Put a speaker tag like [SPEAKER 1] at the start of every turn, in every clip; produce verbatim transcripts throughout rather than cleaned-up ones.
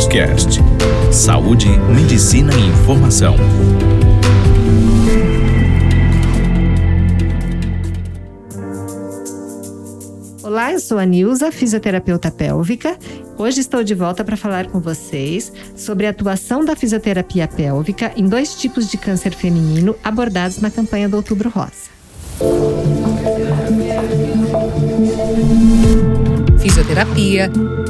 [SPEAKER 1] Coscast. Saúde, medicina e informação.
[SPEAKER 2] Olá, eu sou a Nilza, fisioterapeuta pélvica. Hoje estou de volta para falar com vocês sobre a atuação da fisioterapia pélvica em dois tipos de câncer feminino abordados na campanha do Outubro Rosa.
[SPEAKER 3] Fisioterapia.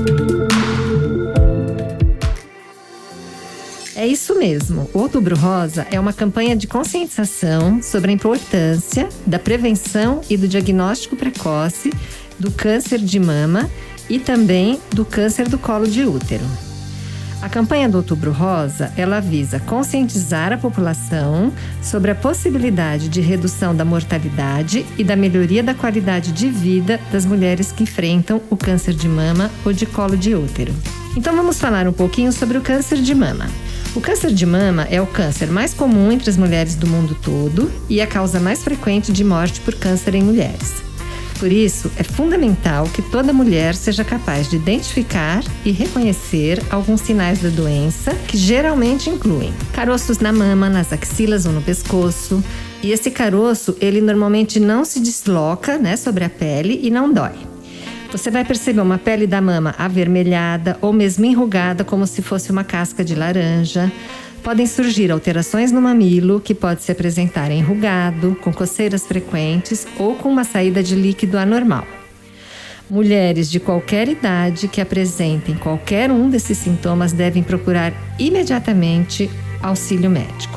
[SPEAKER 2] É isso mesmo. O Outubro Rosa é uma campanha de conscientização sobre a importância da prevenção e do diagnóstico precoce do câncer de mama e também do câncer do colo de útero. A campanha do Outubro Rosa, ela visa conscientizar a população sobre a possibilidade de redução da mortalidade e da melhoria da qualidade de vida das mulheres que enfrentam o câncer de mama ou de colo de útero. Então vamos falar um pouquinho sobre o câncer de mama. O câncer de mama é o câncer mais comum entre as mulheres do mundo todo e a causa mais frequente de morte por câncer em mulheres. Por isso, é fundamental que toda mulher seja capaz de identificar e reconhecer alguns sinais da doença, que geralmente incluem caroços na mama, nas axilas ou no pescoço. E esse caroço, ele normalmente não se desloca, né, sobre a pele e não dói. Você vai perceber uma pele da mama avermelhada ou mesmo enrugada, como se fosse uma casca de laranja. Podem surgir alterações no mamilo, que pode se apresentar enrugado, com coceiras frequentes ou com uma saída de líquido anormal. Mulheres de qualquer idade que apresentem qualquer um desses sintomas devem procurar imediatamente auxílio médico.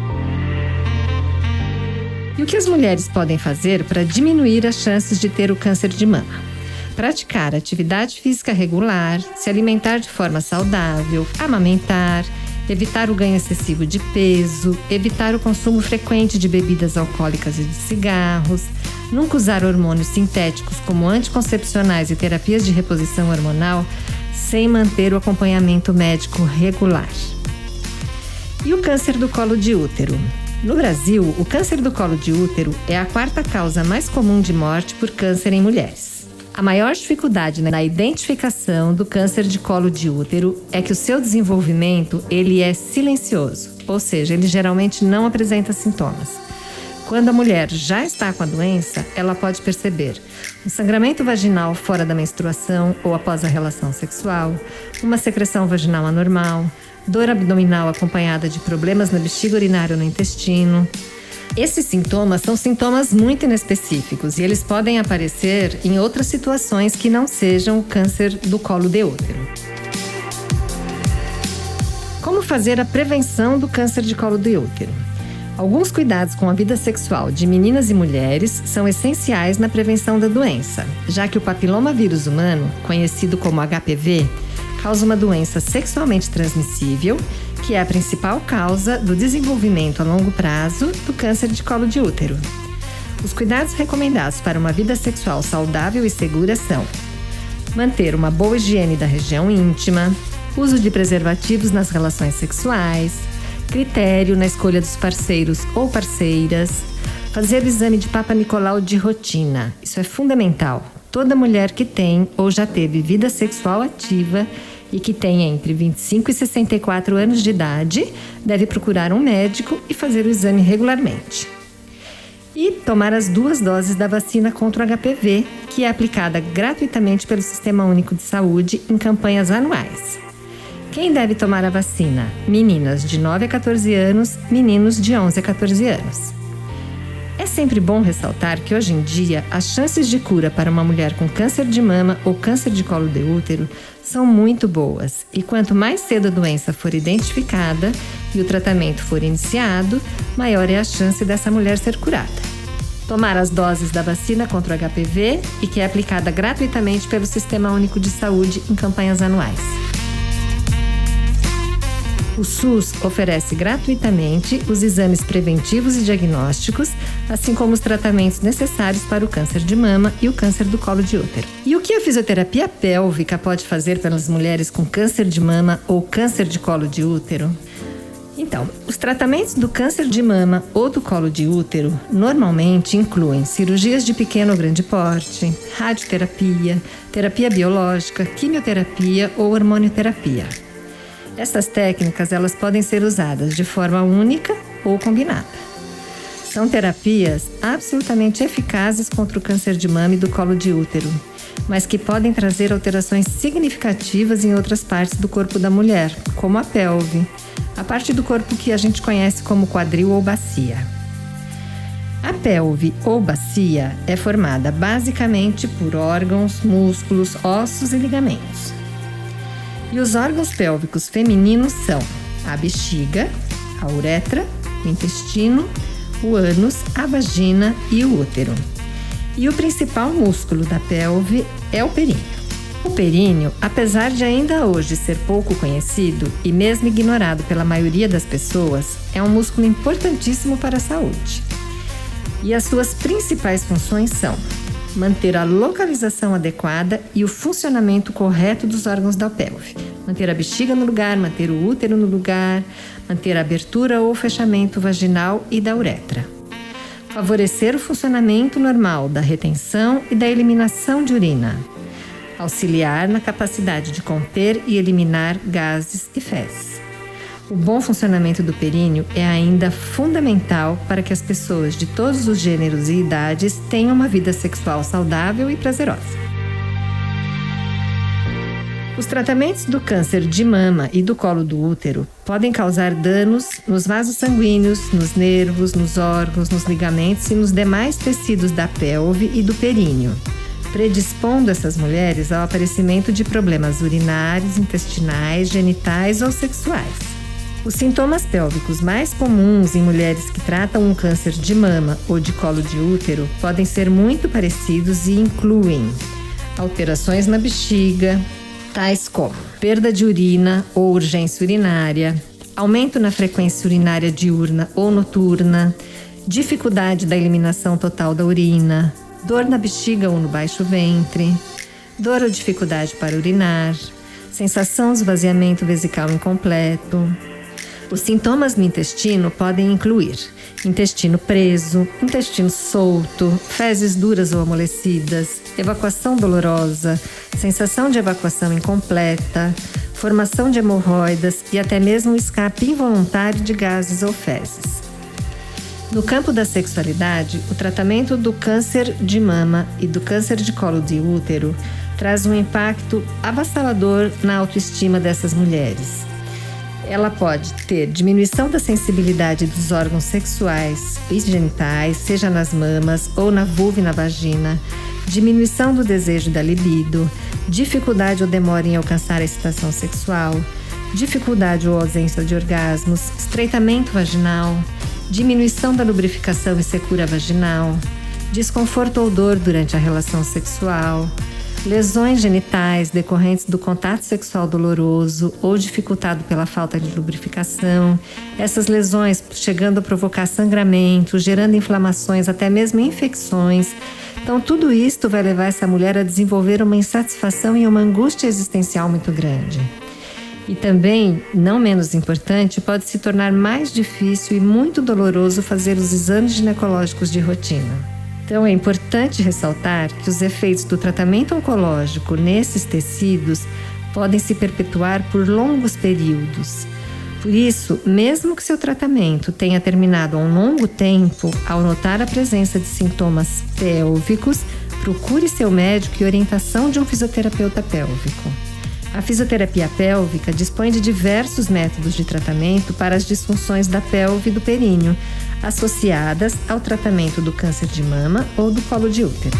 [SPEAKER 2] E o que as mulheres podem fazer para diminuir as chances de ter o câncer de mama? Praticar atividade física regular, se alimentar de forma saudável, amamentar, evitar o ganho excessivo de peso, evitar o consumo frequente de bebidas alcoólicas e de cigarros, nunca usar hormônios sintéticos como anticoncepcionais e terapias de reposição hormonal sem manter o acompanhamento médico regular. E o câncer do colo de útero? No Brasil, o câncer do colo de útero é a quarta causa mais comum de morte por câncer em mulheres. A maior dificuldade na identificação do câncer de colo de útero é que o seu desenvolvimento ele é silencioso, ou seja, ele geralmente não apresenta sintomas. Quando a mulher já está com a doença, ela pode perceber um sangramento vaginal fora da menstruação ou após a relação sexual, uma secreção vaginal anormal, dor abdominal acompanhada de problemas na bexiga urinária ou no intestino. Esses sintomas são sintomas muito inespecíficos e eles podem aparecer em outras situações que não sejam o câncer do colo de útero. Como fazer a prevenção do câncer de colo de útero? Alguns cuidados com a vida sexual de meninas e mulheres são essenciais na prevenção da doença, já que o papilomavírus humano, conhecido como H P V, causa uma doença sexualmente transmissível, que é a principal causa do desenvolvimento a longo prazo do câncer de colo de útero. Os cuidados recomendados para uma vida sexual saudável e segura são manter uma boa higiene da região íntima, uso de preservativos nas relações sexuais, critério na escolha dos parceiros ou parceiras, fazer o exame de Papa Nicolau de rotina. Isso é fundamental. Toda mulher que tem ou já teve vida sexual ativa e que tem entre vinte e cinco e sessenta e quatro anos de idade, deve procurar um médico e fazer o exame regularmente. E tomar as duas doses da vacina contra o H P V, que é aplicada gratuitamente pelo Sistema Único de Saúde em campanhas anuais. Quem deve tomar a vacina? Meninas de nove a quatorze anos, meninos de onze a quatorze anos. É sempre bom ressaltar que hoje em dia as chances de cura para uma mulher com câncer de mama ou câncer de colo de útero são muito boas e quanto mais cedo a doença for identificada e o tratamento for iniciado, maior é a chance dessa mulher ser curada. Tomar as doses da vacina contra o H P V e que é aplicada gratuitamente pelo Sistema Único de Saúde em campanhas anuais. O SUS oferece gratuitamente os exames preventivos e diagnósticos, assim como os tratamentos necessários para o câncer de mama e o câncer do colo de útero. E o que a fisioterapia pélvica pode fazer pelas mulheres com câncer de mama ou câncer de colo de útero? Então, os tratamentos do câncer de mama ou do colo de útero normalmente incluem cirurgias de pequeno ou grande porte, radioterapia, terapia biológica, quimioterapia ou hormonioterapia. Essas técnicas elas podem ser usadas de forma única ou combinada. São terapias absolutamente eficazes contra o câncer de mama e do colo de útero, mas que podem trazer alterações significativas em outras partes do corpo da mulher, como a pelve, a parte do corpo que a gente conhece como quadril ou bacia. A pelve ou bacia é formada basicamente por órgãos, músculos, ossos e ligamentos. E os órgãos pélvicos femininos são a bexiga, a uretra, o intestino, o ânus, a vagina e o útero. E o principal músculo da pelve é o períneo. O períneo, apesar de ainda hoje ser pouco conhecido e mesmo ignorado pela maioria das pessoas, é um músculo importantíssimo para a saúde. E as suas principais funções são manter a localização adequada e o funcionamento correto dos órgãos da pelve, manter a bexiga no lugar, manter o útero no lugar, manter a abertura ou fechamento vaginal e da uretra, favorecer o funcionamento normal da retenção e da eliminação de urina, auxiliar na capacidade de conter e eliminar gases e fezes. O bom funcionamento do períneo é ainda fundamental para que as pessoas de todos os gêneros e idades tenham uma vida sexual saudável e prazerosa. Os tratamentos do câncer de mama e do colo do útero podem causar danos nos vasos sanguíneos, nos nervos, nos órgãos, nos ligamentos e nos demais tecidos da pelve e do períneo, predispondo essas mulheres ao aparecimento de problemas urinários, intestinais, genitais ou sexuais. Os sintomas pélvicos mais comuns em mulheres que tratam um câncer de mama ou de colo de útero podem ser muito parecidos e incluem alterações na bexiga, tais como perda de urina ou urgência urinária, aumento na frequência urinária diurna ou noturna, dificuldade da eliminação total da urina, dor na bexiga ou no baixo ventre, dor ou dificuldade para urinar, sensação de esvaziamento vesical incompleto. Os sintomas no intestino podem incluir intestino preso, intestino solto, fezes duras ou amolecidas, evacuação dolorosa, sensação de evacuação incompleta, formação de hemorroidas e até mesmo escape involuntário de gases ou fezes. No campo da sexualidade, o tratamento do câncer de mama e do câncer de colo de útero traz um impacto avassalador na autoestima dessas mulheres. Ela pode ter diminuição da sensibilidade dos órgãos sexuais e genitais, seja nas mamas ou na vulva e na vagina, diminuição do desejo e da libido, dificuldade ou demora em alcançar a excitação sexual, dificuldade ou ausência de orgasmos, estreitamento vaginal, diminuição da lubrificação e secura vaginal, desconforto ou dor durante a relação sexual, lesões genitais decorrentes do contato sexual doloroso ou dificultado pela falta de lubrificação, essas lesões chegando a provocar sangramento, gerando inflamações, até mesmo infecções. Então, tudo isto vai levar essa mulher a desenvolver uma insatisfação e uma angústia existencial muito grande. E também, não menos importante, pode se tornar mais difícil e muito doloroso fazer os exames ginecológicos de rotina. Então, é importante ressaltar que os efeitos do tratamento oncológico nesses tecidos podem se perpetuar por longos períodos. Por isso, mesmo que seu tratamento tenha terminado há um longo tempo, ao notar a presença de sintomas pélvicos, procure seu médico e orientação de um fisioterapeuta pélvico. A fisioterapia pélvica dispõe de diversos métodos de tratamento para as disfunções da pelve e do períneo, associadas ao tratamento do câncer de mama ou do colo de útero.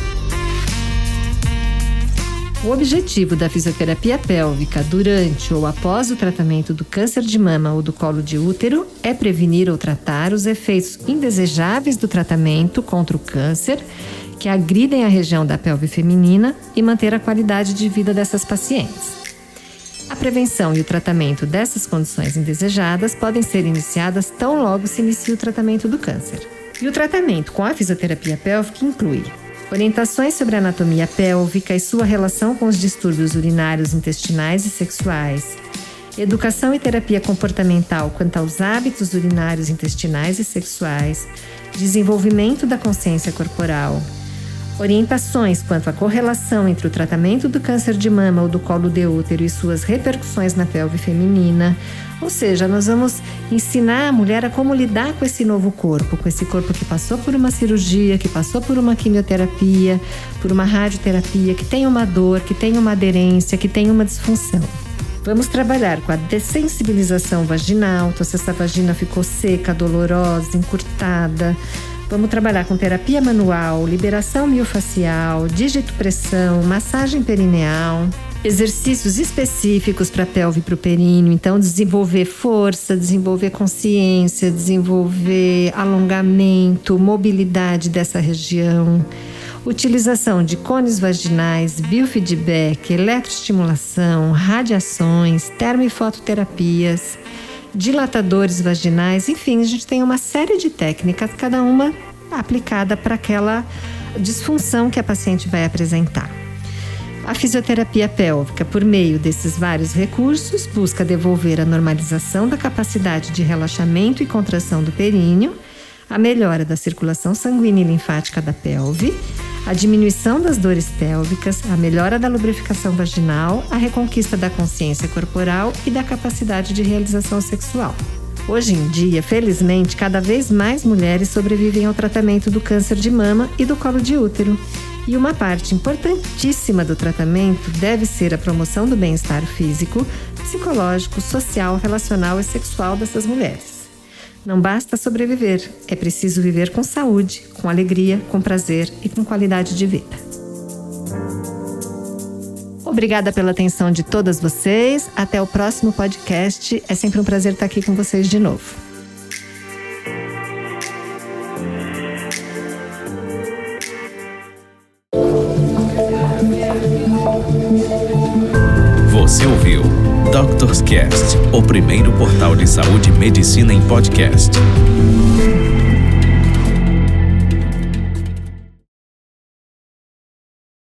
[SPEAKER 2] O objetivo da fisioterapia pélvica durante ou após o tratamento do câncer de mama ou do colo de útero é prevenir ou tratar os efeitos indesejáveis do tratamento contra o câncer que agridem a região da pelve feminina e manter a qualidade de vida dessas pacientes. A prevenção e o tratamento dessas condições indesejadas podem ser iniciadas tão logo se inicia o tratamento do câncer. E o tratamento com a fisioterapia pélvica inclui orientações sobre a anatomia pélvica e sua relação com os distúrbios urinários, intestinais e sexuais, educação e terapia comportamental quanto aos hábitos urinários, intestinais e sexuais, desenvolvimento da consciência corporal, Orientações quanto à correlação entre o tratamento do câncer de mama ou do colo de útero e suas repercussões na pelve feminina. Ou seja, nós vamos ensinar a mulher a como lidar com esse novo corpo, com esse corpo que passou por uma cirurgia, que passou por uma quimioterapia, por uma radioterapia, que tem uma dor, que tem uma aderência, que tem uma disfunção. Vamos trabalhar com a dessensibilização vaginal, então se essa vagina ficou seca, dolorosa, encurtada. Vamos trabalhar com terapia manual, liberação miofacial, digitopressão, massagem perineal, exercícios específicos para a pelve e para o períneo. Então, desenvolver força, desenvolver consciência, desenvolver alongamento, mobilidade dessa região. Utilização de cones vaginais, biofeedback, eletroestimulação, radiações, termo- e fototerapias, dilatadores vaginais, enfim, a gente tem uma série de técnicas, cada uma aplicada para aquela disfunção que a paciente vai apresentar. A fisioterapia pélvica, por meio desses vários recursos, busca devolver a normalização da capacidade de relaxamento e contração do períneo, a melhora da circulação sanguínea e linfática da pelve, a diminuição das dores pélvicas, a melhora da lubrificação vaginal, a reconquista da consciência corporal e da capacidade de realização sexual. Hoje em dia, felizmente, cada vez mais mulheres sobrevivem ao tratamento do câncer de mama e do colo de útero. E uma parte importantíssima do tratamento deve ser a promoção do bem-estar físico, psicológico, social, relacional e sexual dessas mulheres. Não basta sobreviver, é preciso viver com saúde, com alegria, com prazer e com qualidade de vida. Obrigada pela atenção de todas vocês. Até o próximo podcast. É sempre um prazer estar aqui com vocês de novo.
[SPEAKER 1] Você ouviu Doctors Cast, o primeiro portal de saúde e medicina em podcast.